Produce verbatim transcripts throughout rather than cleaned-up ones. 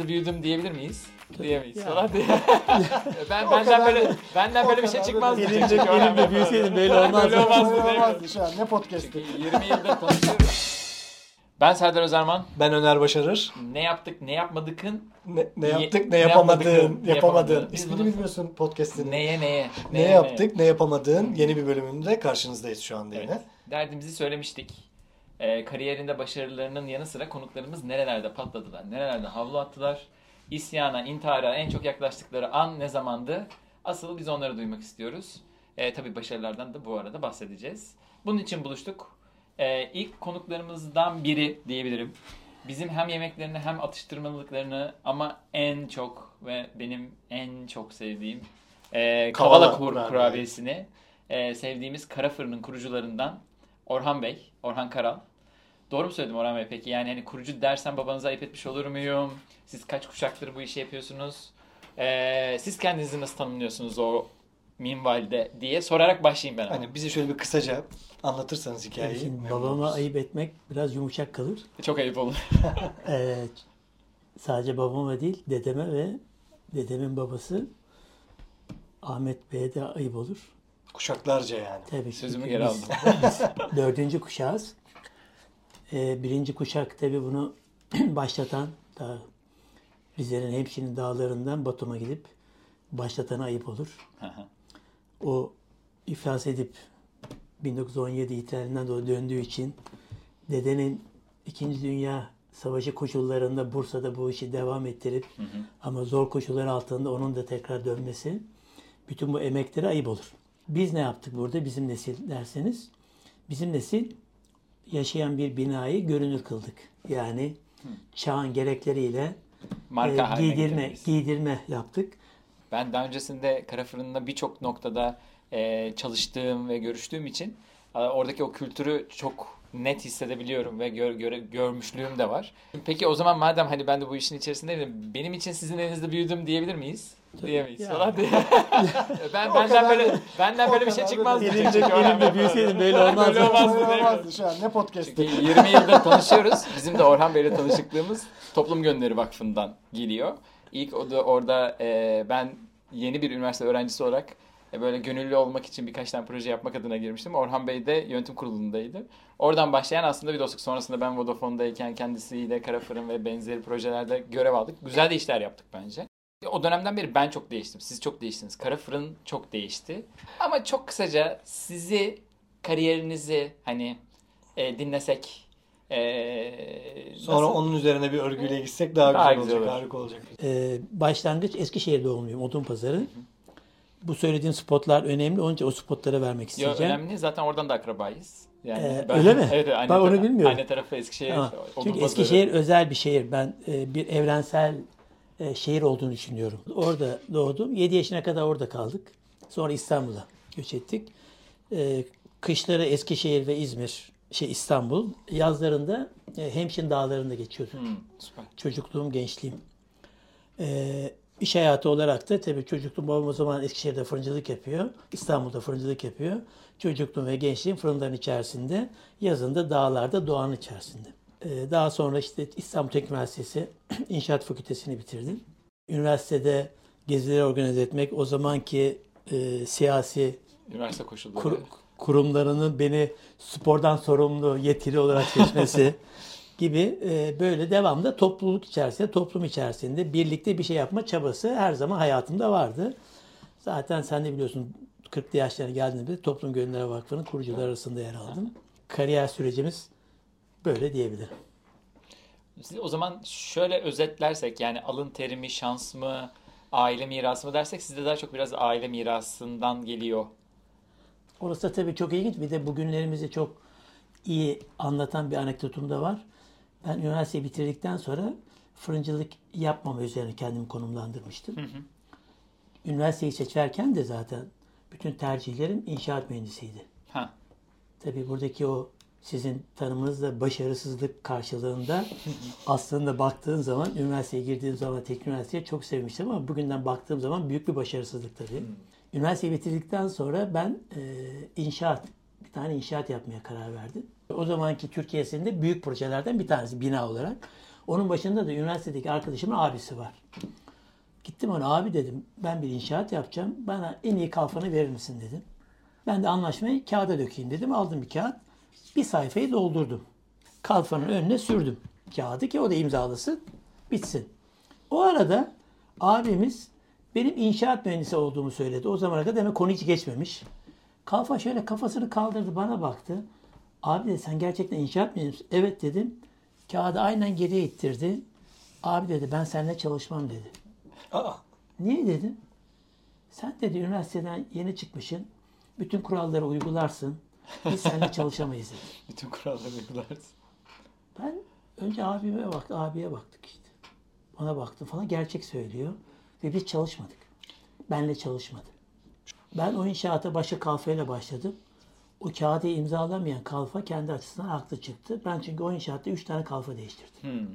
sayenizde büyüdüm diyebilir miyiz? Diyemeyiz falan diye. ben benden böyle benden böyle bir şey çıkmaz. Elimde elimde büyüseydim böyle olmazdı. Böyle olmazdı. Böyle olmazdı şu an. Ne podcast'ı? yirmi yıldır tanışıyoruz. Ben Serdar Özerman. Ben Öner Başarır. Ne yaptık, ne yapmadıkın? Ne, ne yaptık, ne ne yapamadın, yapmadık, yapamadın. Biz İsmini bunu- bilmiyorsun podcast'ini. Neye neye? Ne yaptık, ne yapamadın. Yeni bir bölümünde karşınızdayız şu anda yine. Evet. Derdimizi söylemiştik. Ee, kariyerinde başarılarının yanı sıra konuklarımız nerelerde patladılar, nerelerde havlu attılar. İsyana, intihara en çok yaklaştıkları an ne zamandı? Asıl biz onları duymak istiyoruz. Ee, tabii başarılardan da bu arada bahsedeceğiz. Bunun için buluştuk. Ee, ilk konuklarımızdan biri diyebilirim. Bizim hem yemeklerini hem atıştırmalıklarını ama en çok ve benim en çok sevdiğim e, Kavala, Kavala kur, kurabiye. kurabiyesini e, sevdiğimiz Kara Fırın'ın kurucularından Orhan Bey, Orhan Karal. Doğru mu söyledim Orhan Bey peki? Yani hani kurucu dersen babanıza ayıp etmiş olur muyum? Siz kaç kuşaktır bu işi yapıyorsunuz? Ee, siz kendinizi nasıl tanımlıyorsunuz o minvalde diye sorarak başlayayım ben. Hani bize şöyle bir kısaca anlatırsanız hikayeyi. Şimdi memnun babama oluruz. ayıp etmek biraz yumuşak kalır. Çok ayıp olur. Ee, sadece babama değil, dedeme ve dedemin babası Ahmet Bey'e de ayıp olur. Kuşaklarca yani. Tabii ki. Sözümü Çünkü geri biz- biz dördüncü kuşağız. Ee, birinci kuşak tabii bunu başlatan, daha Rize'nin Hemşin'in dağlarından Batum'a gidip başlatana ayıp olur. O iflas edip bin dokuz yüz on yedi ihtilalinden dolayı döndüğü için dedenin İkinci Dünya Savaşı koşullarında Bursa'da bu işi devam ettirip Hı hı. ama zor koşullar altında onun da tekrar dönmesi bütün bu emekleri ayıp olur. Biz ne yaptık burada bizim nesil derseniz? Bizim nesil yaşayan bir binayı görünür kıldık. Yani çağın gerekleriyle Marka e, haline giydirme, getirdiniz. giydirme yaptık. Ben daha öncesinde Kara Fırın'da birçok noktada e, çalıştığım ve görüştüğüm için e, oradaki o kültürü çok net hissedebiliyorum ve gör, göre, görmüşlüğüm de var. Peki o zaman madem hani ben de bu işin içerisindeyim, benim için sizin elinizde büyüdüm diyebilir miyiz? Diyemeyiz Ya. falan diye. ben O benden kadar böyle da- benden o böyle bir şey kadar da çıkmaz. değil. Elimde, elimde büyüseydim böyle olmazdı. Böyle olmazdı. Böyle değil mi? olmazdı şu an. Ne podcast'ı? Çünkü yirmi yıldır tanışıyoruz. Bizim de Orhan Bey'le tanışıklığımız Toplum Gönülleri Vakfı'ndan geliyor. İlk o da orada e, ben yeni bir üniversite öğrencisi olarak e, böyle gönüllü olmak için birkaç tane proje yapmak adına girmiştim. Orhan Bey de yönetim kurulundaydı. Oradan başlayan aslında bir dostluk. Sonrasında ben Vodafone'dayken kendisiyle Kara Fırın ve benzeri projelerde görev aldık. Güzel de işler yaptık bence. O dönemden beri ben çok değiştim. Siz çok değiştiniz. Kara Fırın çok değişti. Ama çok kısaca sizi, kariyerinizi hani e, dinlesek. E, Sonra nasıl? onun üzerine bir örgüyle gitsek daha, Daha güzel güzel olacak, olur. harika olacak. Ee, başlangıç Eskişehir doğumluyum, Odunpazarı. Bu söylediğin spotlar önemli. Onun için o spotlara vermek Yo, isteyeceğim. önemli. Zaten oradan da akrabayız. Yani Ee, ben- öyle mi? Evet, anne Ben onu tarafı- bilmiyorum. Anne tarafı Eskişehir. Tamam. Çünkü Odunpazarı. Eskişehir özel bir şehir. Ben e, bir evrensel e, şehir olduğunu düşünüyorum. Orada doğdum. yedi yaşına kadar orada kaldık. Sonra İstanbul'a göç ettik. E, kışları Eskişehir ve İzmir, şey İstanbul. Yazlarında e, Hemşin Dağları'nda geçiyordu. Hmm, süper. Çocukluğum, gençliğim. Ee, iş hayatı olarak da tabii çocukluğum, babam o zaman Eskişehir'de fırıncılık yapıyor. İstanbul'da fırıncılık yapıyor. Çocukluğum ve gençliğim fırınların içerisinde, yazında dağlarda, doğanın içerisinde. Ee, daha sonra işte İstanbul Teknik Üniversitesi İnşaat Fakültesini bitirdim. Üniversitede gezileri organize etmek, o zamanki e, siyasi Üniversite koşulları. kur- kurumlarının beni spordan sorumlu, yetkili olarak seçmesi gibi e, böyle devamlı topluluk içerisinde, toplum içerisinde birlikte bir şey yapma çabası her zaman hayatımda vardı. Zaten sen de biliyorsun kırklı yaşlarına geldiğimde Toplum Gönülleri Vakfı'nın kurucuları arasında yer aldım. Kariyer sürecimiz böyle diyebilirim. Siz o zaman şöyle özetlersek yani alın terimi, şans mı, aile mirası mı dersek sizde daha çok biraz aile mirasından geliyor. Orası da tabii çok ilginç. Bir de bugünlerimizi çok iyi anlatan bir anekdotum da var. Ben üniversiteyi bitirdikten sonra fırıncılık yapmama üzerine kendimi konumlandırmıştım. Hı hı. Üniversiteyi seçerken de zaten bütün tercihlerim inşaat mühendisiydi. Ha. Tabii buradaki o sizin tanımınızda başarısızlık karşılığında aslında baktığın zaman üniversiteye girdiğim zaman teknik üniversiteye çok sevmiştim ama bugünden baktığım zaman büyük bir başarısızlık tabii. Hmm. Üniversiteyi bitirdikten sonra ben e, inşaat, bir tane inşaat yapmaya karar verdim. O zamanki Türkiye'sinde büyük projelerden bir tanesi bina olarak. Onun başında da üniversitedeki arkadaşımın abisi var. Gittim ona, abi dedim, ben bir inşaat yapacağım. Bana en iyi kalfanı verir misin dedim. Ben de anlaşmayı kağıda dökeyim dedim. Aldım bir kağıt. Bir sayfayı doldurdum. Kalfanın önüne sürdüm kağıdı ki o da imzalasın, bitsin. O arada abimiz benim inşaat mühendisi olduğumu söyledi. O zamana kadar demek konu hiç geçmemiş. Kalfa şöyle kafasını kaldırdı, bana baktı. Abi dedi, sen gerçekten inşaat mühendisi? Evet dedim. Kağıdı aynen geriye ittirdi. Abi dedi, ben seninle çalışmam dedi. Aa, Niye dedim? Sen dedi üniversiteden yeni çıkmışsın. Bütün kuralları uygularsın. Biz seninle çalışamayız dedi. Bütün kuralları uygularsın. Ben önce abime bak, abiye baktık işte. Bana baktım falan, gerçek söylüyor. Ve biz çalışmadık. Benle çalışmadı. Ben o inşaata başka kalfayla başladım. O kağıdı imzalamayan kalfa kendi açısından haklı çıktı. Ben çünkü o inşaatta üç tane kalfa değiştirdim. Hmm,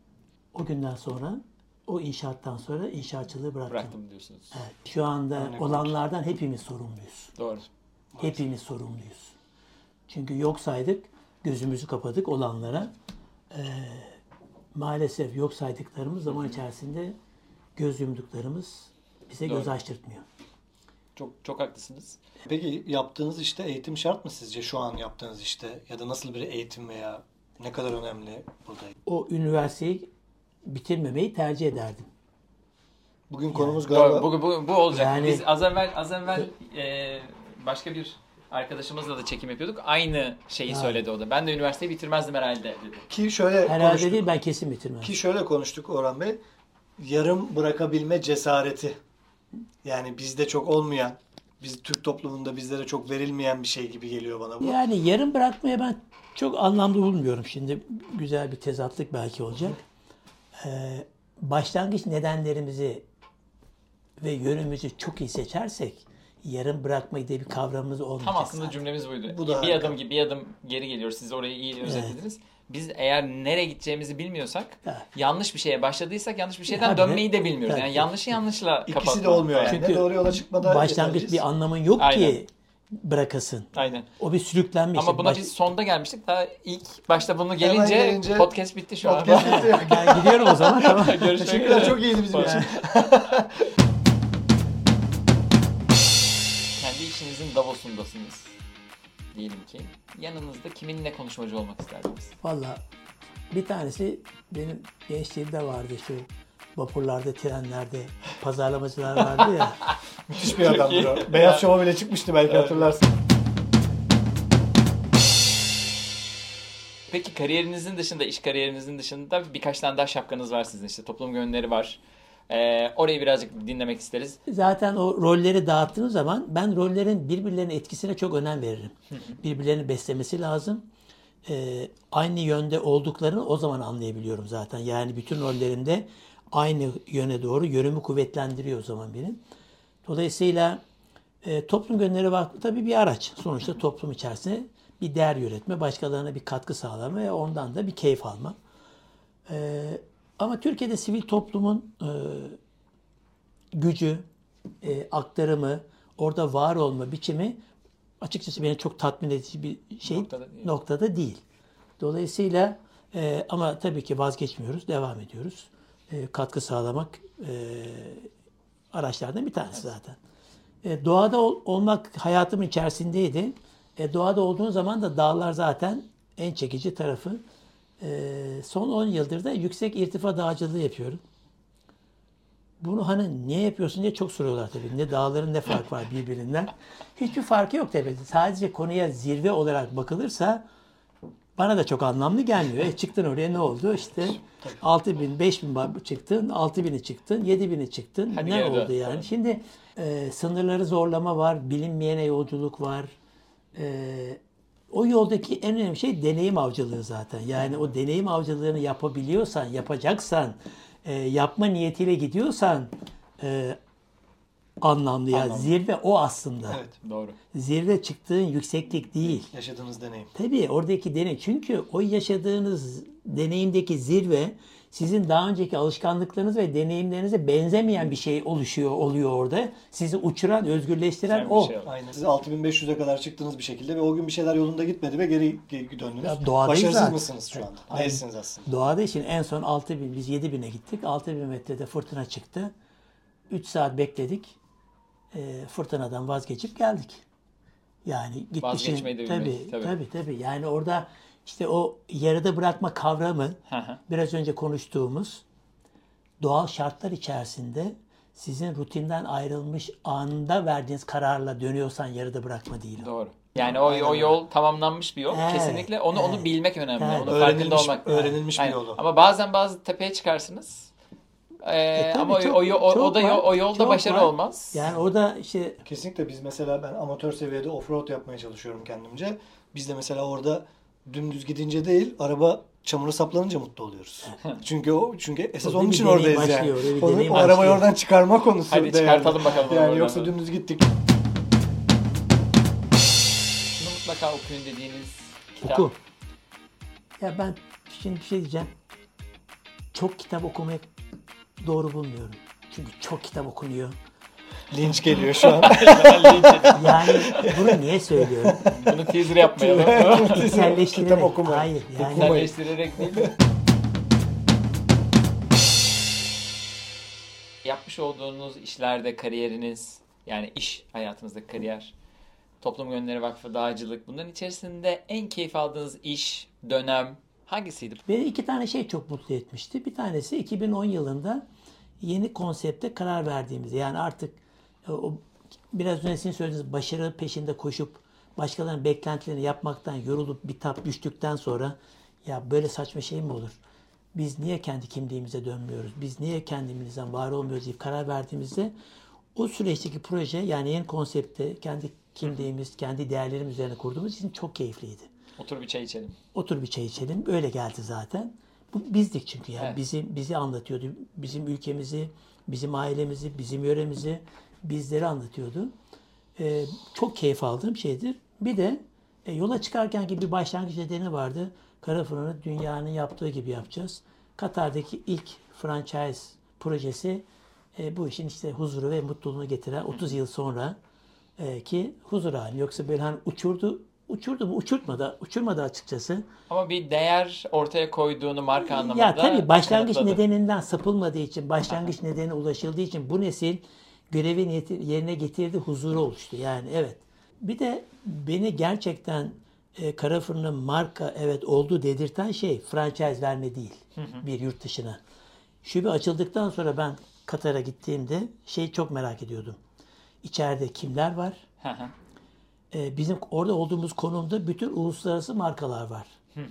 O günden sonra, o inşaattan sonra inşaatçılığı bıraktım. bıraktım diyorsunuz. Evet. Şu anda Örnek olanlardan hepimiz sorumluyuz. Doğru. Hepimiz sorumluyuz. Çünkü yok saydık, gözümüzü kapadık olanlara. Ee, maalesef yok saydıklarımız zaman içerisinde göz yumduklarımız bize Doğru. göz açtırtmıyor. Çok çok haklısınız. peki yaptığınız işte eğitim şart mı sizce şu an yaptığınız işte? Ya da nasıl bir eğitim veya ne kadar önemli burada? O üniversiteyi bitirmemeyi tercih ederdim. Bugün konumuz galiba... Doğru, bu, bu, bu olacak. Yani- Biz az evvel az evvel e, başka bir arkadaşımızla da çekim yapıyorduk. Aynı şeyi Ha. söyledi o da. Ben de üniversiteyi bitirmezdim herhalde dedi. Ki şöyle Herhalde konuştuk. değil, ben kesin bitirmem. Ki şöyle konuştuk Orhan Bey. Yarım bırakabilme cesareti. Yani bizde çok olmayan, biz Türk toplumunda bizlere çok verilmeyen bir şey gibi geliyor bana bu. Yani yarım bırakmaya ben çok anlamlı bulmuyorum. Şimdi güzel bir tezatlık belki olacak. Ee, başlangıç nedenlerimizi ve yönümüzü çok iyi seçersek yarım bırakmayı diye bir kavramımız olmayacak. Tam aslında zaten. cümlemiz buydu. Bu da bir harika. adım gibi bir adım geri geliyoruz. Siz orayı iyi özetlediniz. Biz eğer nereye gideceğimizi bilmiyorsak, Evet. yanlış bir şeye başladıysak yanlış bir şeyden Tabii. dönmeyi de bilmiyoruz. Tabii. Yani yanlışı yanlışla kapatmak. İkisi de olmuyor yani. Çünkü Ne doğru yola çıkmada Başlangıç yeterliyiz. bir anlamın yok Aynen. ki bırakasın. Aynen. O bir sürüklenmiş. Ama buna Baş- biz sonda gelmiştik. Daha ilk başta bunu gelince, gelince podcast bitti şu an. Podcast bitti. Ben gidiyorum o zaman. Tamam. Görüşmek Teşekkürler, üzere. çok iyiydi bizim için. Kendi işinizin Davos'undasınız diyelim ki. Yanınızda kiminle konuşmacı olmak isterdiniz? Valla bir tanesi benim gençliğimde vardı, şu vapurlarda, trenlerde pazarlamacılar vardı ya. Müthiş bir adamdır o. Beyaz Şov'a bile çıkmıştı belki hatırlarsın. Peki kariyerinizin dışında, iş kariyerinizin dışında birkaç tane daha şapkanız var sizin. İşte toplum gönülleri var. Ee, orayı birazcık dinlemek isteriz. Zaten o rolleri dağıttığınız zaman ben rollerin birbirlerinin etkisine çok önem veririm. Birbirlerini beslemesi lazım. Ee, aynı yönde olduklarını o zaman anlayabiliyorum zaten. Yani bütün rollerimde aynı yöne doğru yönümü kuvvetlendiriyor o zaman benim. Dolayısıyla e, toplum gönülleri vakfı tabii bir araç. Sonuçta toplum içerisinde bir değer üretme, başkalarına bir katkı sağlama ve ondan da bir keyif alma. Ee, ama Türkiye'de sivil toplumun e, gücü, e, aktarımı, orada var olma biçimi açıkçası beni çok tatmin edici bir şey Noktada değil. noktada değil. Dolayısıyla e, ama tabii ki vazgeçmiyoruz, devam ediyoruz. E, katkı sağlamak e, araçlardan bir tanesi zaten. E, doğada ol- olmak hayatımın içerisindeydi. E, doğada olduğun zaman da dağlar zaten en çekici tarafı. E, son on yıldır da yüksek irtifa dağcılığı yapıyorum. Bunu hani niye yapıyorsun diye çok soruyorlar tabii. Ne dağların ne fark var birbirinden. Hiçbir farkı yok tabii. Sadece konuya zirve olarak bakılırsa bana da çok anlamlı gelmiyor. E çıktın oraya, ne oldu? İşte altı bin, beş bin çıktın, altı bini çıktın, yedi bini çıktın. Hadi ne geri dön. oldu yani? Tamam. Şimdi e, sınırları zorlama var, bilinmeyene yolculuk var. E, o yoldaki en önemli şey deneyim avcılığı zaten. Yani o deneyim avcılığını yapabiliyorsan, yapacaksan, e, yapma niyetiyle gidiyorsan e, anlamlı ya. Anlamlı. Zirve o aslında. Evet. Doğru. Zirve çıktığın yükseklik değil. Yaşadığınız deneyim. Tabii oradaki deneyim. Çünkü o yaşadığınız deneyimdeki zirve Sizin daha önceki alışkanlıklarınız ve deneyimlerinize benzemeyen bir şey oluşuyor oluyor orada. Sizi uçuran, özgürleştiren Sen bir o. şey ol. Aynen. Siz altı bin beş yüze kadar çıktınız bir şekilde ve o gün bir şeyler yolunda gitmedi ve geri, geri döndünüz. Ya doğadayız Başarısız zaten. mısınız şu anda? Aynen. Değilsiniz aslında. Doğada için en son altı bin, biz yedi bine gittik. altı bin metrede fırtına çıktı. üç saat bekledik. E, fırtınadan vazgeçip geldik. Yani gitmişin Vazgeçmeyi de bilmek, tabii, tabii. tabii tabii. Yani orada işte o yarıda bırakma kavramı Hı hı. biraz önce konuştuğumuz doğal şartlar içerisinde sizin rutinden ayrılmış anında verdiğiniz kararla dönüyorsan yarıda bırakma değil. o. Doğru. Yani o, o yol tamamlanmış bir yol. Evet, Kesinlikle onu onu evet. bilmek önemli. Evet. Onun farkında Öğrenilmiş, olmak. öğrenilmiş bir Aynen. yolu. Ama bazen bazı tepeye çıkarsınız. Ee, tabii, ama o, çok- o, o, çok o da var, o yolda çok başarı var. olmaz. Yani orada işte Kesinlikle biz mesela ben amatör seviyede offroad yapmaya çalışıyorum kendimce. Biz de mesela orada dümdüz gidince değil, araba çamura saplanınca mutlu oluyoruz. çünkü o çünkü esas Orada onun bir için deneyim oradayız başlıyor, yani. orada bir Onu, deneyim o arabayı başlıyor. oradan çıkarma konusu Hadi değerli. çıkartalım bakalım Yani oradan yoksa da. dümdüz gittik. Şunu mutlaka okuyun dediğiniz kitap. oku. Ya ben şimdi bir şey diyeceğim. Çok kitap okumayı doğru bulmuyorum. Çünkü çok kitap okunuyor. Linç geliyor şu an. Yani bunu niye söylüyorum? Bunu teaser yapmayalım. Kişiselleştirerek. Kitap okumayın. Hayır yani. Kişiselleştirerek değil de. Yapmış olduğunuz işlerde kariyeriniz, yani iş hayatınızdaki kariyer, Toplum Gönülleri Vakfı, dağcılık, bunların içerisinde en keyif aldığınız iş, dönem hangisiydi? Beni iki tane şey çok mutlu etmişti. Bir tanesi iki bin on yılında yeni konsepte karar verdiğimizde. Yani artık o biraz önce sizin söylediğiniz başarı peşinde koşup başkalarının beklentilerini yapmaktan yorulup bitap düştükten sonra ya böyle saçma şey mi olur? Biz niye kendi kimliğimize dönmüyoruz? Biz niye kendimizden var olmuyoruz deyip karar verdiğimizde o süreçteki proje, yani yeni konsepte kendi kimliğimiz, kendi değerlerimiz üzerine kurduğumuz için çok keyifliydi. Otur bir çay içelim. Otur bir çay içelim. Öyle geldi zaten. Bu bizdik çünkü yani. Evet. Bizim bizi anlatıyordu. Bizim ülkemizi, bizim ailemizi, bizim yöremizi, bizleri anlatıyordu. Ee, çok keyif aldığım şeydir. Bir de e, yola çıkarken gibi bir başlangıç nedeni vardı. Kara Fırını dünyanın yaptığı gibi yapacağız. Katar'daki ilk franchise projesi e, bu işin işte huzuru ve mutluluğunu getiren otuz yıl sonra e, ki huzur hali. Yoksa böyle hani uçurdu, uçurdu mu? Uçurtmadı. Uçurmadı açıkçası. Ama bir değer ortaya koyduğunu marka anlamında Ya tabii başlangıç kanıtladı. nedeninden sapılmadığı için, başlangıç nedeni ulaşıldığı için bu nesil görevini yeti- yerine getirdi, huzuru oluştu. Yani evet. Bir de beni gerçekten e, Kara Fırını marka evet oldu dedirten şey franchise verme değil bir yurt dışına. Şube açıldıktan sonra ben Katar'a gittiğimde şeyi çok merak ediyordum. İçeride kimler var? Hı hı. Ee, bizim orada olduğumuz konumda bütün uluslararası markalar var.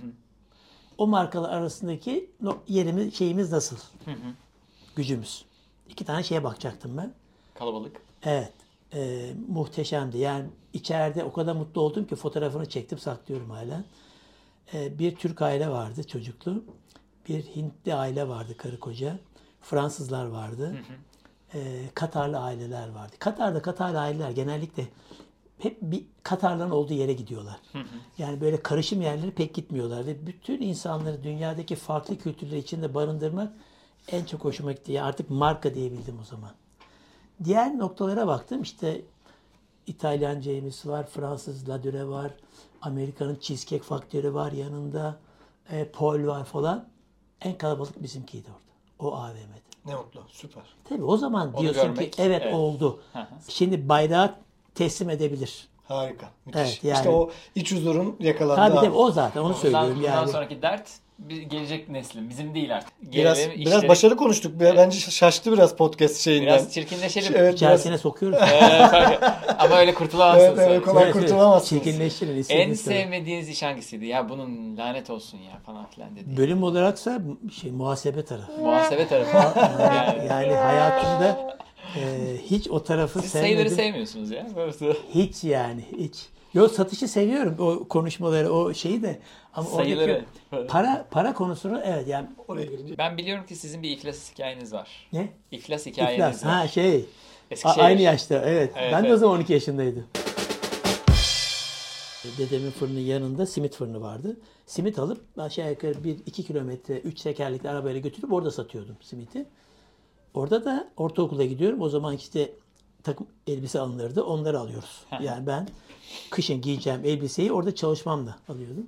O markalar arasındaki no- yerimiz, şeyimiz nasıl? Gücümüz. İki tane şeye bakacaktım ben. Kalabalık. Evet. e, muhteşemdi. Yani içeride o kadar mutlu oldum ki fotoğrafını çektim, saklıyorum hala. E, bir Türk aile vardı çocuklu. Bir Hintli aile vardı, karı koca. Fransızlar vardı. E, Katarlı aileler vardı. Katar'da Katarlı aileler genellikle hep bir Katarların olduğu yere gidiyorlar. Yani böyle karışım yerleri pek gitmiyorlar ve bütün insanları dünyadaki farklı kültürler içinde barındırmak en çok hoşuma gitti. Yani artık marka diyebildim o zaman. Diğer noktalara baktım. İşte İtalyan James var, Fransız Ladure var, Amerika'nın Cheesecake Faktörü var yanında, e, Paul var falan. En kalabalık bizimkiydi orada. O A V M'de. Ne mutlu, süper. Tabii o zaman Onu diyorsun görmek, ki evet, evet. oldu. Hı hı. Şimdi bayrağı teslim edebilir. Harika, müthiş. Evet, yani- İşte o iç huzurun yakalandığı Tabii an. tabii o zaten onu Bundan, söylüyorum bundan yani. sonraki dert bir gelecek neslin, bizim değil artık. Biraz Gelelim, biraz işleri- başarı konuştuk. Bence şaştı biraz podcast şeyinden. Biraz çirkinleşelim. Evet, biraz- İçerisine sokuyoruz. Evet, fark- Ama öyle kurtulamazsınız. Evet, evet, kolay Evet, evet. kurtulamazsınız. Çirkinleştirin. En istediğiniz kadar. sevmediğiniz iş hangisiydi? Ya bunun lanet olsun ya falan filan dedi. Bölüm olaraksa şey muhasebe tarafı. Muhasebe tarafı. Yani, yani hayatımda e, hiç o tarafı Siz sayıları sevmedim. sevmiyorsunuz ya. Burası. Hiç yani hiç. Yo, satışı seviyorum, o konuşmaları, o şeyi de, ama Sayıları. oradaki para para konusunu evet yani Oraya gelince. Ben biliyorum ki sizin bir iflas hikayeniz var. ne? İflas hikayeniz İflas. var. Ha şey. A- Eskişehir. aynı yaşta evet. Evet, ben de evet. o zaman on iki yaşındaydım. Dedemin fırının yanında simit fırını vardı. Simit alıp aşağı yukarı bir iki kilometre üç tekerlekli arabayla götürüp orada satıyordum simiti. Orada da ortaokula gidiyorum. O zaman işte takım elbise alınırdı. Onları alıyoruz. Yani ben kışın giyeceğim elbiseyi orada çalışmamla alıyordum.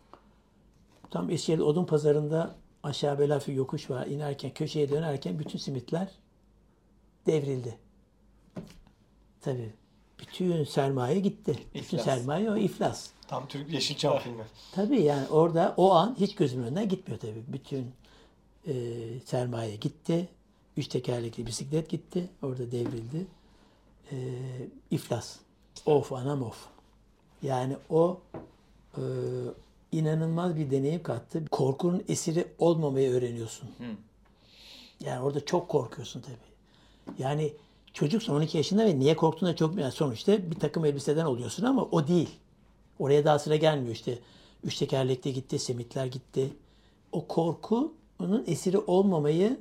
Tam Eskişehir Odun Pazarı'nda aşağı böyle hafif yokuş var. İnerken, köşeye dönerken bütün simitler devrildi. Tabii. Bütün sermaye gitti. İflas. Bütün sermaye o iflas. Tam Türk Yeşilçam filmi. Tabii yani orada o an hiç gözümün önünden gitmiyor tabii. Bütün e, sermaye gitti. Üç tekerlekli bisiklet gitti. Orada devrildi. E, iflas. Of anam of. Yani o e, inanılmaz bir deneyim kattı. Korkunun esiri olmamayı öğreniyorsun. Hı. Yani orada çok korkuyorsun tabii. Yani çocuksun on iki yaşında ve niye korktuğunu da çok bilmiyorsun. Sonuçta bir takım elbiseden oluyorsun ama o değil. Oraya daha sıra gelmiyor işte. Üç tekerlekli gitti, simitler gitti. O korkunun esiri olmamayı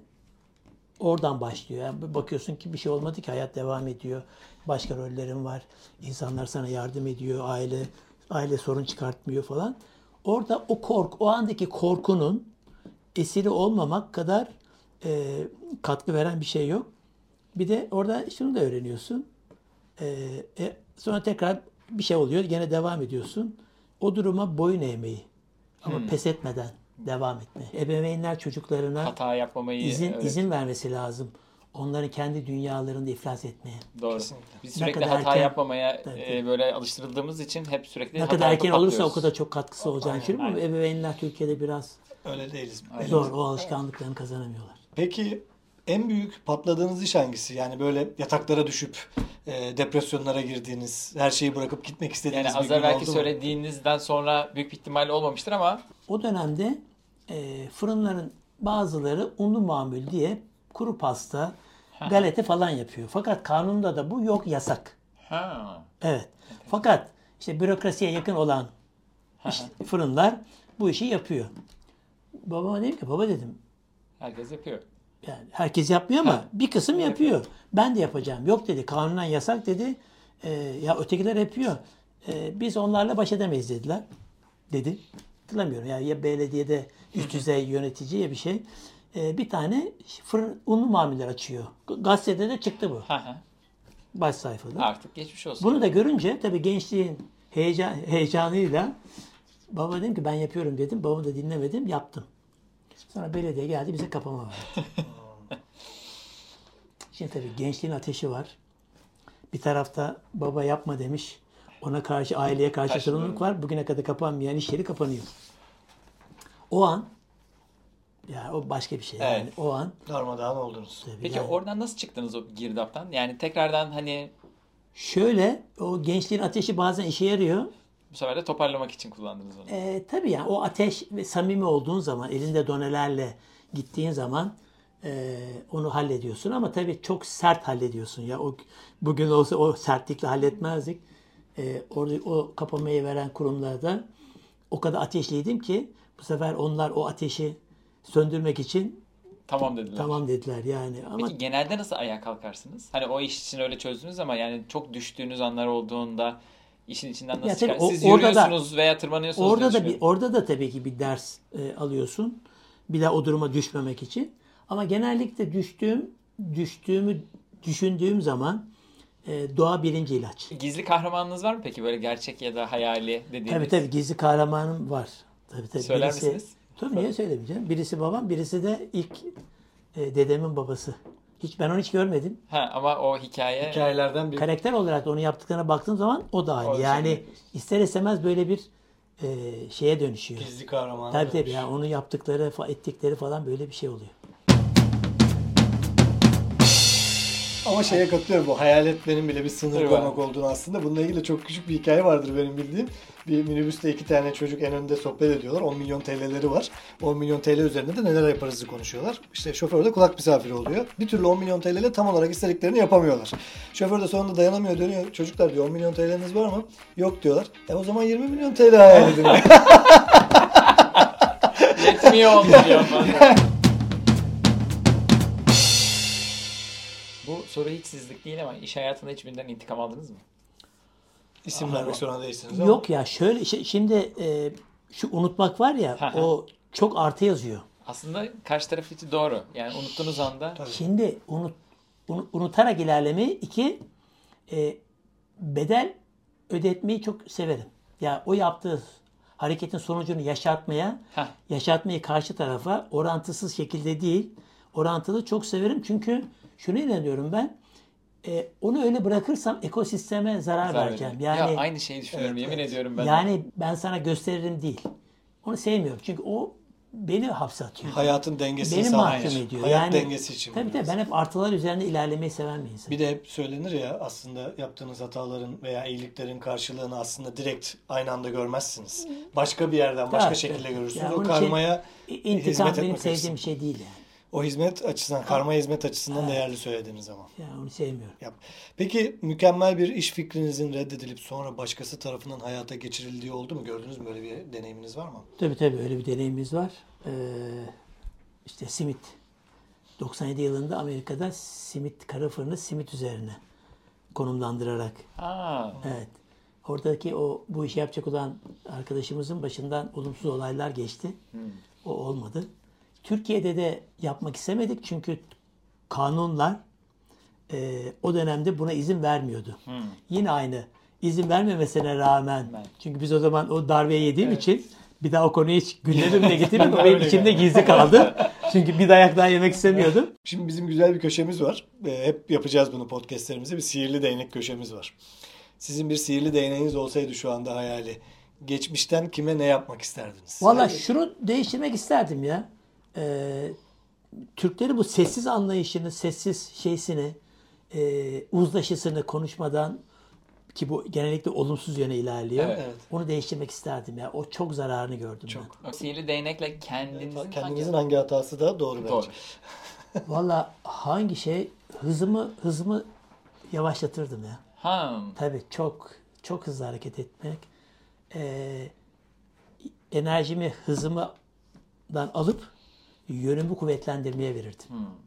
oradan başlıyor. Yani bakıyorsun ki bir şey olmadı ki hayat devam ediyor. Başka rollerin var. İnsanlar sana yardım ediyor. Aile aile sorun çıkartmıyor falan. Orada o korku, o andaki korkunun esiri olmamak kadar e, katkı veren bir şey yok. Bir de orada şunu da öğreniyorsun. E, e, sonra tekrar bir şey oluyor. Gene devam ediyorsun. O duruma boyun eğmeyi. Ama Hmm. pes etmeden devam etme. Ebeveynler çocuklarına Hata yapmamayı izin öğret- izin vermesi lazım. Onların kendi dünyalarında iflas etmeye. Doğru. Kesinlikle. Biz Ne sürekli kadar hata erken- yapmamaya Tabii, e, böyle alıştırıldığımız için hep sürekli Ne hata kadar erken yapıp olursa o patlıyoruz. kadar çok katkısı olacağını düşünüyorum ama aynen. ebeveynler Türkiye'de biraz Öyle değiliz. Aynen. zor. O alışkanlıklarını kazanamıyorlar. Peki en büyük patladığınız iş hangisi? Yani böyle yataklara düşüp e, depresyonlara girdiğiniz, her şeyi bırakıp gitmek istediğiniz Yani bir az gün evvelki oldu mu? söylediğinizden sonra büyük bir ihtimalle olmamıştır ama O dönemde e, fırınların bazıları unlu mamul diye kuru pasta, galeta falan yapıyor. Fakat kanunda da bu yok, yasak. ha. Evet. Fakat işte bürokrasiye yakın olan işte fırınlar bu işi yapıyor. Babama dedim ki baba dedim Herkes yapıyor. yani herkes yapmıyor ama Ha. bir kısım yapıyor. Ben de yapacağım. Yok dedi kanunen yasak dedi. E, ya ötekiler yapıyor. E, biz onlarla baş edemeyiz dediler. Dedi. Hatırlamıyorum. Yani ya belediyede üst düzey yönetici ya bir şey. E, bir tane fırın unlu mamuller açıyor. Gazetede de çıktı bu. Ha, ha. Baş sayfada. Artık geçmiş olsun. Bunu da görünce tabii gençliğin heyecan, heyecanıyla baba dedim ki ben yapıyorum dedim. Babamı da dinlemedim. Yaptım. Sonra belediye geldi bize kapama verdi. Şimdi tabii gençliğin ateşi var. Bir tarafta baba yapma demiş. Ona karşı, aileye karşı Karşı sorumluluk var. Bugüne kadar kapanmayan iş yeri kapanıyor. O an ya o başka bir şey. Yani Evet. o an Darmadağın oldunuz. tabii Peki yani oradan nasıl çıktınız o girdaptan? Yani tekrardan hani şöyle o gençliğin ateşi bazen işe yarıyor. bu sefer de toparlamak için kullandınız onu. E, tabii yani o ateş ve samimi olduğun zaman, elinde donelerle gittiğin zaman e, onu hallediyorsun. Ama tabii çok sert hallediyorsun. Ya o bugün olsa o sertlikle halletmezdik. E, orada o kapamayı veren kurumlarda o kadar ateşliydim ki bu sefer onlar o ateşi söndürmek için Tamam dediler. tamam dediler yani. Ama Peki genelde nasıl ayağa kalkarsınız? Hani o iş için öyle çözdünüz ama yani çok düştüğünüz anlar olduğunda işin içinden nasıl Ya tabii çıkar? o- Siz orada da- yürüyorsunuz veya tırmanıyorsunuz. orada da diye bir düşünüyorum. orada da tabii ki bir ders e, alıyorsun. Bir daha o duruma düşmemek için. Ama genellikle düştüğüm düştüğümü düşündüğüm zaman e, doğa birinci ilaç. Gizli kahramanınız var mı peki böyle gerçek ya da hayali dediğiniz? Tabii tabii gizli kahramanım var. Tabii tabii. Söyler birisi, misiniz? Tabii niye söylemeyeceğim? Birisi babam, birisi de ilk e, dedemin babası. Hiç ben onu hiç görmedim. Ha, ama o hikaye Hikayelerden bir Karakter olarak da onu yaptıklarına baktığım zaman o da aynı. O şey yani diyorsun. ister istemez böyle bir e, şeye dönüşüyor. gizli kahraman. Tabii tabii yani onu yaptıkları, fa- ettikleri falan böyle bir şey oluyor. Ama şeye katılıyorum, bu hayaletlerin bile bir sınır Tabii koymak var. olduğunu aslında. Bununla ilgili çok küçük bir hikaye vardır benim bildiğim. Bir minibüste iki tane çocuk en önde sohbet ediyorlar. on milyon T L'leri var. on milyon T L üzerinde de neler yaparızı konuşuyorlar. İşte şoför de kulak misafiri oluyor. Bir türlü on milyon T L ile tam olarak istediklerini yapamıyorlar. Şoför de sonunda dayanamıyor, dönüyor. Çocuklar diyor on milyon T L'niz var mı? Yok diyorlar. E o zaman yirmi milyon T L hayal edin. yetmiyor oldu diyor bana. Bu soru hiç sizlik değil ama iş hayatında hiçbirinden intikam aldınız mı? İsim vermek zorunda değilsiniz ama. Yok ya şöyle şi- şimdi e, şu unutmak var ya o çok artı yazıyor. Aslında karşı taraf için doğru. Yani unuttuğunuz anda Şimdi unut, unu- unutarak ilerlemeyi iki e, bedel ödetmeyi çok severim. Ya o yaptığı hareketin sonucunu yaşatmaya, Heh. yaşatmayı karşı tarafa orantısız şekilde değil, orantılı çok severim. Çünkü şunu inanıyorum ben, e, onu öyle bırakırsam ekosisteme zarar, zarar vereceğim. veriyor. Yani ya aynı şeyi düşünüyorum. Evet, yemin evet. ediyorum ben. de. yani ben sana gösteririm değil. Onu sevmiyorum. Çünkü o beni hapse atıyor. Hayatın dengesini Beni sağlayın. mahkum ediyor. Hayat yani, dengesi için. Tabii biraz. tabii ben hep artılar üzerinde ilerlemeyi seven bir insanım. Bir de hep söylenir ya aslında yaptığınız hataların veya iyiliklerin karşılığını aslında direkt aynı anda görmezsiniz. Başka bir yerden, başka Tabii, şekilde tabii. görürsünüz. Yani o onun için karmaya İntikam hizmet benim etmek sevdiğim açısından. bir şey değil yani. O hizmet açısından, karma hizmet açısından değerli söylediğiniz ama. Yani onu sevmiyorum. Yap. Peki mükemmel bir iş fikrinizin reddedilip sonra başkası tarafından hayata geçirildiği oldu mu? Gördünüz mü? Böyle bir deneyiminiz var mı? Tabii tabii öyle bir deneyimimiz var. Ee, işte simit. doksan yedi yılında Amerika'da simit, kara fırını simit üzerine konumlandırarak. Aa, Evet. Oradaki o bu işi yapacak olan arkadaşımızın başından olumsuz olaylar geçti. O olmadı. Türkiye'de de yapmak istemedik çünkü kanunlar e, o dönemde buna izin vermiyordu. Yine aynı. İzin vermemesine rağmen Ben- çünkü biz o zaman o darbeyi yediğim için bir daha o konuyu hiç gündemime getirmedim. O benim içimde gizli kaldı. Çünkü bir dayak daha yemek istemiyordum. Şimdi bizim güzel bir köşemiz var. Ee, hep yapacağız bunu podcastlerimizde. Bir sihirli değnek köşemiz var. Sizin bir sihirli değneğiniz olsaydı şu anda hayali. Geçmişten kime ne yapmak isterdiniz? Valla şunu değiştirmek isterdim ya. Ee, Türkleri bu sessiz anlayışını, sessiz şeysini, e, uzlaşısını konuşmadan ki bu genellikle olumsuz yöne ilerliyor. Evet. Evet. Onu değiştirmek isterdim ya. O çok zararını gördüm Çok. ben. o sihirli değnekle kendinizin Kendinizin hangi hatası da doğru bence. Doğru. Valla hangi şey hızımı hızımı yavaşlatırdım ya. Ha. Tabii çok çok hızlı hareket etmek. Ee, enerjimi hızımdan alıp yönümü kuvvetlendirmeye verirdim.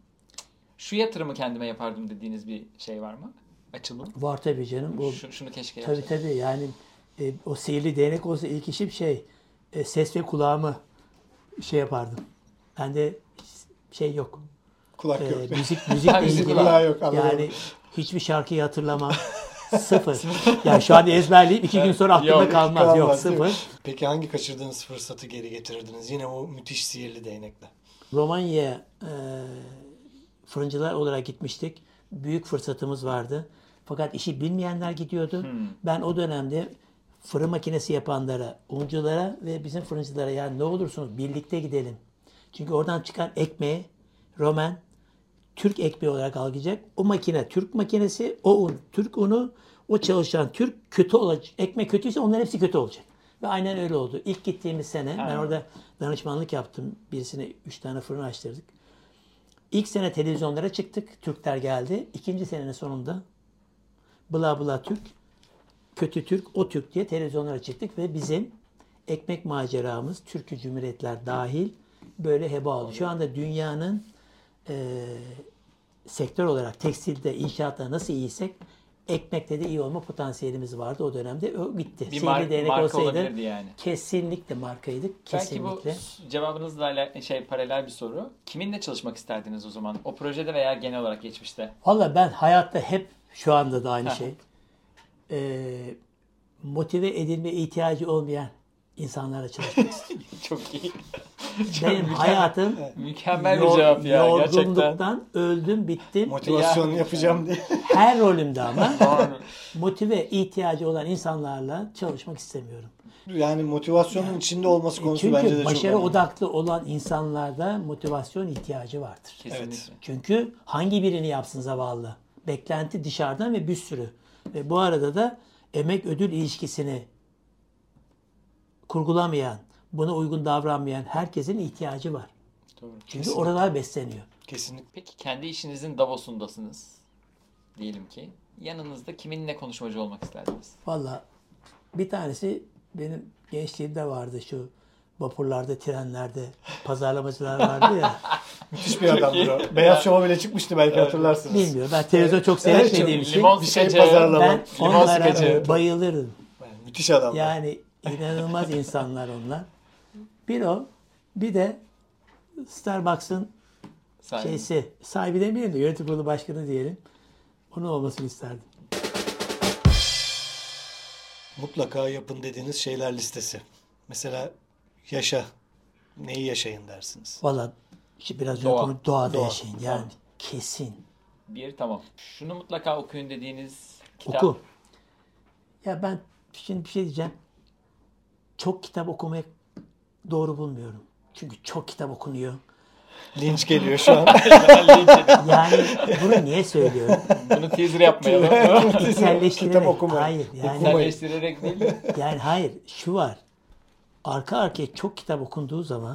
Şu yatırımı kendime yapardım dediğiniz bir şey var mı? Açılım. Var tabii canım. Bu, Şu, şunu keşke tabii yapsaydım. tabii yani e, o sihirli değnek olsa ilk işim şey e, ses ve kulağımı şey yapardım. Bende şey yok. Kulak E, yok. müzik müzikle Müzik ilgili kulağı yok, anladım. yani hiçbir şarkıyı hatırlamam. Sıfır. Yani şu an ezberleyip iki gün sonra aklımda Yok, kalmaz. Yok Kalmaz, değil mi? sıfır. Peki hangi kaçırdığınız fırsatı geri getirirdiniz? Yine o müthiş sihirli değnekle. Romanya'ya e, fırıncılar olarak gitmiştik. Büyük fırsatımız vardı. Fakat işi bilmeyenler gidiyordu. Ben o dönemde fırın makinesi yapanlara, unculara ve bizim fırıncılara yani ne olursunuz birlikte gidelim. Çünkü oradan çıkan ekmeği Roman Türk ekmeği olarak algılayacak. O makine Türk makinesi, o un Türk unu, o çalışan Türk kötü olacak. Ekmek kötüyse onların hepsi kötü olacak. Ve aynen öyle oldu. İlk gittiğimiz sene ben orada danışmanlık yaptım. Birisine üç tane fırın açtırdık. İlk sene televizyonlara çıktık. Türkler geldi. İkinci senenin sonunda bla bla Türk, kötü Türk, o Türk diye televizyonlara çıktık ve bizim ekmek maceramız Türkü Cumhuriyetler dahil böyle heba oldu. Şu anda dünyanın e, sektör olarak tekstilde, inşaatta nasıl iyiysek ekmekte de iyi olma potansiyelimiz vardı o dönemde. O bitti. Bir Sihirli mar- değnek marka olsaydı olabilirdi yani. kesinlikle markaydık. Belki Kesinlikle. bu cevabınızla ala- şey paralel bir soru. Kiminle çalışmak isterdiniz o zaman? O projede veya genel olarak geçmişte. Valla ben hayatta hep şu anda da aynı şey. Ee, motive edilme ihtiyacı olmayan insanlarla çalışmak istiyorum. Çok iyi. Benim hayatım Mükemmel bir yor- cevap ya gerçekten. yorgunluktan öldüm bittim. Motivasyon Ya. yapacağım diye. Her rolümde ama Doğru. motive ihtiyacı olan insanlarla çalışmak istemiyorum. Yani motivasyonun içinde olması konusu bence de Çünkü çok başarı önemli. odaklı olan insanlarda motivasyon ihtiyacı vardır. Kesinlikle. Evet. Çünkü hangi birini yapsın zavallı? Beklenti dışarıdan ve bir sürü. Ve bu arada da emek ödül ilişkisini kurgulamayan, buna uygun davranmayan herkesin ihtiyacı var. Doğru. Çünkü Kesinlikle. oralar besleniyor. Kesinlikle. Peki kendi işinizin Davos'undasınız. Diyelim ki. Yanınızda kiminle konuşmacı olmak isterdiniz? Valla bir tanesi benim gençliğimde vardı şu vapurlarda, trenlerde pazarlamacılar vardı ya. Müthiş bir adamdır o. Beyaz Şov'a bile çıkmıştı belki hatırlarsınız. Bilmiyorum. Ben televizyon çok seyretmediğim için Limon bir şey sıkıcı. pazarlama. ben Limon onlara sıkıcı. bayılırım. Yani müthiş adamlar. Yani inanılmaz insanlar onlar. Bir o, bir de Starbucks'ın Sahi. şeysi, sahibi demeyelim de yönetim kurulu başkanı diyelim. Onun olmasını isterdim. Mutlaka yapın dediğiniz şeyler listesi. Mesela yaşa. Neyi yaşayın dersiniz? Valla işte biraz önce Doğa. konu doğada Doğa. yaşayın. Yani kesin. Bir tamam. Şunu mutlaka okuyun dediğiniz kitap. Oku. Ya ben şimdi bir şey diyeceğim. Çok kitap okumayı doğru bulmuyorum. Çünkü çok kitap okunuyor. Linç geliyor şu an. Yani bunu niye söylüyorum? Bunu teaser yapmayalım. İçselleştirerek. Kitap okumayın. Hayır. Yani, İçselleştirerek değil de. yani hayır. Şu var. Arka arkaya çok kitap okunduğu zaman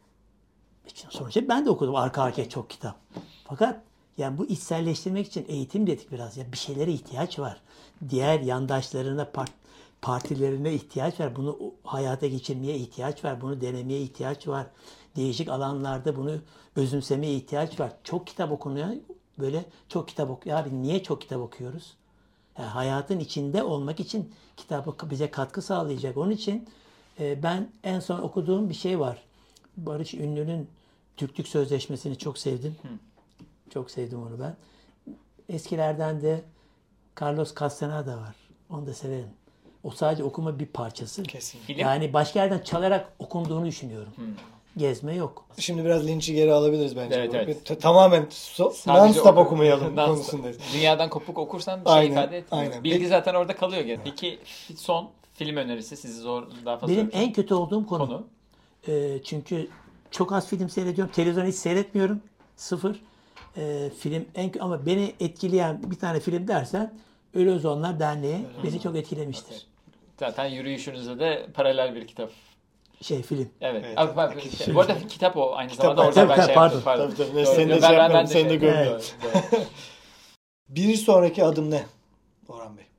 sonuçta ben de okudum arka arkaya çok kitap. Fakat yani bu içselleştirmek için eğitim dedik biraz. Ya bir şeylere ihtiyaç var. Diğer yandaşlarına, part, partilerine ihtiyaç var. Bunu hayata geçirmeye ihtiyaç var. Bunu denemeye ihtiyaç var. Değişik alanlarda bunu özümsemeye ihtiyaç var. Çok kitap okunuyor. Böyle çok kitap okuyor. Abi niye çok kitap okuyoruz? Yani hayatın içinde olmak için kitap bize katkı sağlayacak. Onun için e, ben en son okuduğum bir şey var. Barış Ünlü'nün Türklük Sözleşmesi'ni çok sevdim. Hı. Çok sevdim onu ben. Eskilerden de Carlos Castaneda var. Onu da severim. O sadece okuma bir parçası. Kesin. Film. Yani başka yerden çalarak okunduğunu düşünüyorum. Hı. Gezme yok. Şimdi biraz linçi geri alabiliriz bence. Evet, evet. T- Tamamen so- Sadece non-stop oku- okumayalım non-stop. konusundayız. Dünyadan kopuk okursan bir şey Aynen, ifade etmiyor. aynen. Bilgi Peki- zaten orada kalıyor gene. Peki son film önerisi sizi zor daha fazla Benim soracağım. en kötü olduğum konu. konu. Ee, çünkü çok az film seyrediyorum. Televizyon hiç seyretmiyorum. Sıfır. Ee, film en ama beni etkileyen bir tane film dersen Ölü Ozanlar Derneği beni çok etkilemiştir. Zaten yürüyüşünüzde de paralel bir kitap. Şey film. Evet. Evet, Abi, bak, evet. şey, bu arada kitap o aynı Kitap, zamanda orada tabii, ben tabii, şey pardon. yaptım. Pardon. Tabii tabii. Doğru. Seni de Ben- şey ben- yapmadım, ben de seni de şey- gömdüm. Evet, doğru. Bir sonraki adım ne Orhan Bey?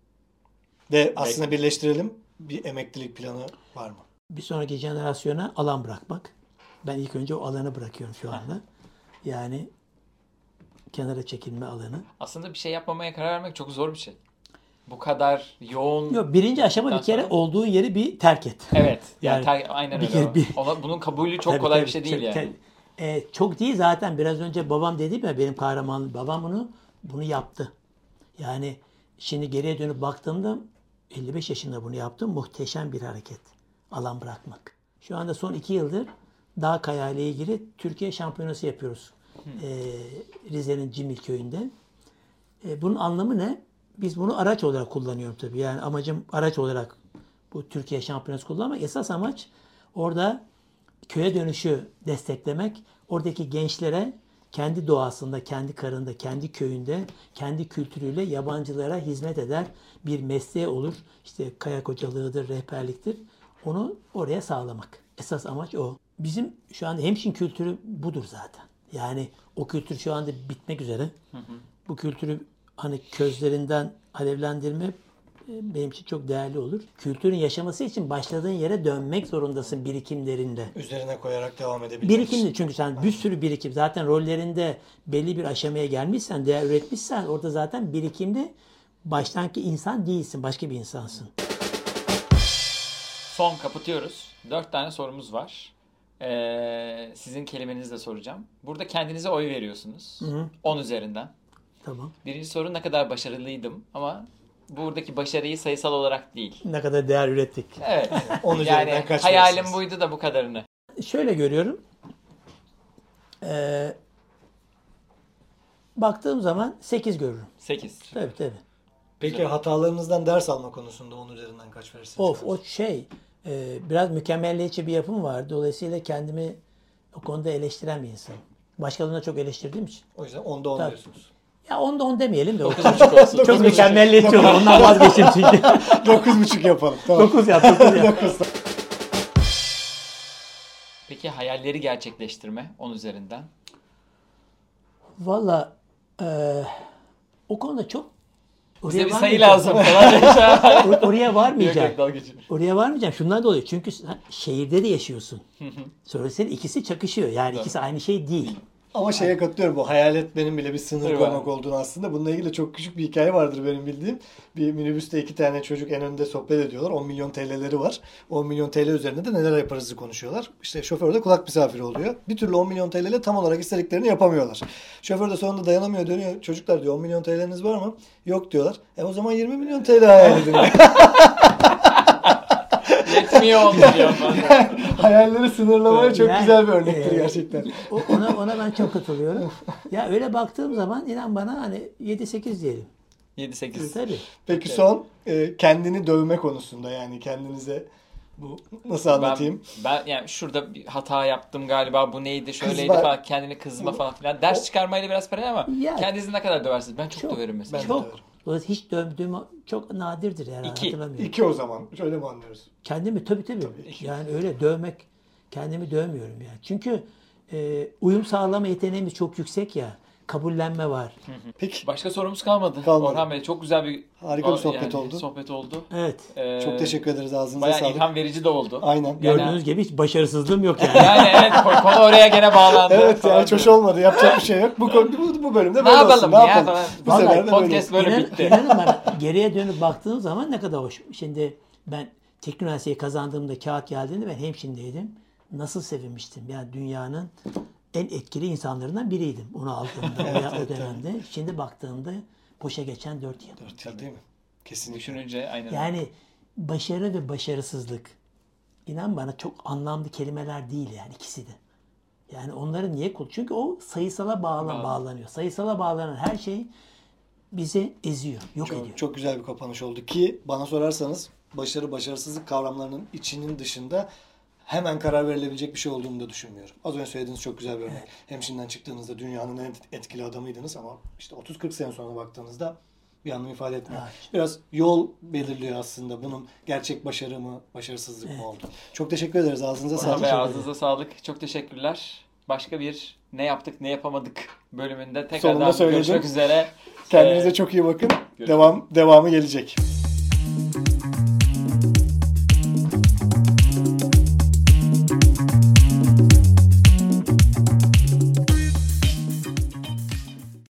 Ve aslında birleştirelim. Bir emeklilik planı var mı? Bir sonraki jenerasyona alan bırakmak. Ben ilk önce o alanı bırakıyorum şu anda. Yani kenara çekilme alanı. Aslında bir şey yapmamaya karar vermek çok zor bir şey. Bu kadar yoğun... Yok, birinci aşama bir kere sonra- olduğun yeri bir terk et. Evet. Yani, Yani ter- aynen bir öyle. kere bir- Ona, bunun kabulü çok Tabii, kolay tabii. bir şey değil Çok- yani. te- e, çok değil zaten. Biraz önce babam dedi ya, benim kahramanım. Babam bunu bunu yaptı. Yani şimdi geriye dönüp baktığımda elli beş yaşında bunu yaptım. Muhteşem bir hareket. Alan bırakmak. Şu anda son iki yıldır dağ kayağı ile ilgili Türkiye şampiyonası yapıyoruz. E, Rize'nin Cimil köyünde. E, bunun anlamı ne? Biz bunu araç olarak kullanıyorum tabii. Yani amacım araç olarak bu Türkiye şampiyonası kullanmak. Esas amaç orada köye dönüşü desteklemek. Oradaki gençlere kendi doğasında, kendi karında, kendi köyünde, kendi kültürüyle yabancılara hizmet eder bir mesleği olur. İşte kayak hocalığıdır, rehberliktir. Onu oraya sağlamak. Esas amaç o. Bizim şu anda hemşin kültürü budur zaten. Yani o kültür şu anda bitmek üzere. Hı hı. Bu kültürü hani közlerinden alevlendirme e, benim için çok değerli olur. Kültürün yaşaması için başladığın yere dönmek zorundasın birikimlerinde. Üzerine koyarak devam edebilmek Birikimli, çünkü sen bir sürü birikim zaten rollerinde belli bir aşamaya gelmişsen, değer üretmişsen orada zaten birikimli, baştanki insan değilsin, başka bir insansın. Son kapatıyoruz. Dört tane sorumuz var. Ee, sizin kelimenizi de soracağım. Burada kendinize oy veriyorsunuz. on üzerinden. Tamam. Birinci soru, ne kadar başarılıydım, ama buradaki başarıyı sayısal olarak değil. Ne kadar değer ürettik. Evet. on üzerinden Yani kaç hayalim verirsiniz? buydu da bu kadarını. Şöyle görüyorum. Ee, baktığım zaman sekiz görürüm. sekiz. Tabii tabii. Peki hatalarınızdan ders alma konusunda on üzerinden kaç verirsiniz? Of, o şey e, biraz mükemmelliyetçi bir yapım var. Dolayısıyla kendimi o konuda eleştiren bir insanım. Başkalarına çok eleştirdiğim için. O yüzden onda on Tabii. diyorsunuz. Ya onda on demeyelim de. O dokuz buçuk olsun. çok mükemmelliyetçi olur. Ondan vazgeçtim çünkü. dokuz buçuk yapalım. Tamam. dokuz yap, dokuz yap. Peki hayalleri gerçekleştirme on üzerinden. Valla e, o konuda çok Bize bir sayı varmayacağım. lazım falan. Or- Oraya Yok varmayacağım. yok, dalga geçiyor. Oraya varmayacağım. Şundan dolayı. Çünkü sen şehirde de yaşıyorsun. Sonra senin ikisi çakışıyor. Yani Doğru. ikisi aynı şey değil. Ama şeye katılıyorum, bu hayal etmenin bile bir sınır Tabii koymak var. olduğunu aslında. Bununla ilgili çok küçük bir hikaye vardır benim bildiğim. Bir minibüste iki tane çocuk en önde sohbet ediyorlar. on milyon T L'leri var. on milyon T L üzerinde de neler yaparızı konuşuyorlar. İşte şoför de kulak misafiri oluyor. Bir türlü on milyon T L ile tam olarak istediklerini yapamıyorlar. Şoför de sonunda dayanamıyor, dönüyor. Çocuklar diyor, on milyon T L'niz var mı? Yok diyorlar. E o zaman yirmi milyon T L hayal edin. Yetmiyor on milyon falan. Hayalleri sınırlamaya çok Yani, güzel bir örnektir e, gerçekten. O- Ona, ona ben çok katılıyorum. Ya öyle baktığım zaman inan bana hani yedi sekiz diyelim. yedi sekiz. Tabii. Peki son e, kendini dövme konusunda, yani kendinize bu nasıl anlatayım? Ben, ben yani şurada bir hata yaptım galiba, bu neydi şöyleydi Kızma. falan, kendini kızma falan filan. Ders çıkarmayla biraz paralel ama Ya. kendinizi ne kadar döversiniz? Ben çok, Çok, döverim mesela. Ben- Çok. döverim. Dolayısıyla hiç dövdüğüm çok nadirdir yani İki. hatırlamıyorum. İki o zaman. Şöyle mi anlıyoruz? Kendimi tabii tabii. Tabii. Yani öyle dövmek, kendimi dövmüyorum yani. Çünkü e, uyum sağlama yeteneğimiz çok yüksek ya. Kabullenme var. Peki. Başka sorumuz kalmadı. Kalmadı. Orhan Bey, çok güzel bir Harika bir sohbet yani oldu. Sohbet oldu. Evet. Ee, Çok teşekkür ederiz. Ağzınıza Bayağı sağlık. ilham verici de oldu. Aynen. Yani- Gördüğünüz gibi hiç başarısızlığım yok yani. Yani evet, konu oraya gene bağlandı. Evet falan yani hiç hoş diyor. olmadı. Yapacak bir şey yok. Bu, konu- bu, bu bölümde Ne böyle yapalım olsun. ya Ne yapalım? falan. Bu Vallahi sefer de böyle podcast olsun. böyle İnan, bitti. inanın bana geriye dönüp baktığım zaman ne kadar hoş. Şimdi ben teknik üniversiteyi kazandığımda kağıt geldiğinde ben hemşindeydim. Nasıl sevinmiştim. Yani dünyanın en etkili insanlarından biriydim. Onu aldığımda o, ya- o dönemde. Şimdi baktığımda boşa geçen dört yıl. Dört yıl değil mi? Kesinlikle. Düşününce aynen. Yani başarı ve başarısızlık inan bana çok anlamlı kelimeler değil yani ikisi de. Yani onları niye kul? Çünkü o sayısala bağlan Bağlı. bağlanıyor. Sayısala bağlanan her şey bizi eziyor, yok ediyor. Çok, çok güzel bir kapanış oldu ki bana sorarsanız başarı başarısızlık kavramlarının içinin dışında hemen karar verilebilecek bir şey olduğunu da düşünmüyorum. Az önce söylediğiniz çok güzel bir örnek. Hemşinden çıktığınızda dünyanın en etkili adamıydınız ama işte otuz kırk sene sonra baktığınızda bir anlam ifade etmiyor. Evet. Biraz yol belirliyor aslında. Bunun gerçek başarı mı, başarısızlık mı oldu? Çok teşekkür ederiz. Ağzınıza Orhan sağlık. Bey, ağzınıza sağlık. Çok teşekkürler. Başka bir ne yaptık ne yapamadık bölümünde Sonunda tekrardan söyledim. görüşmek üzere. Kendinize Ee, çok iyi bakın. görüşürüz. Devam devamı gelecek.